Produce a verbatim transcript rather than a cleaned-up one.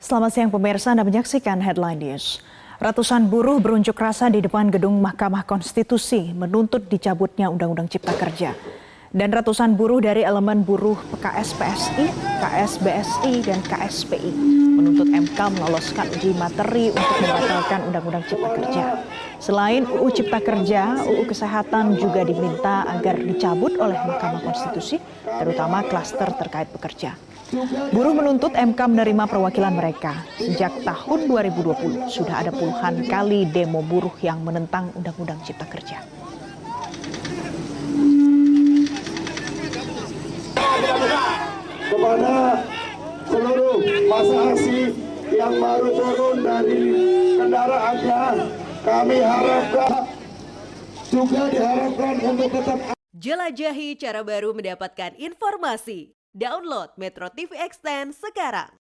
Selamat siang pemirsa, Anda menyaksikan Headline News. Ratusan buruh berunjuk rasa di depan gedung Mahkamah Konstitusi menuntut dicabutnya Undang-Undang Cipta Kerja. Dan ratusan buruh dari elemen buruh P K S P S I, K S B S I, dan K S P I menuntut M K meloloskan uji materi untuk membatalkan Undang-Undang Cipta Kerja. Selain U U Cipta Kerja, U U Kesehatan juga diminta agar dicabut oleh Mahkamah Konstitusi, terutama klaster terkait pekerja. Buruh menuntut M K menerima perwakilan mereka. Sejak tahun dua ribu dua puluh sudah ada puluhan kali demo buruh yang menentang Undang-Undang Cipta Kerja. Kepada seluruh masa aksi yang baru turun dari kendaraannya, kami harapkan juga diharapkan untuk tetap jelajahi cara baru mendapatkan informasi. Download Metro T V Extend sekarang.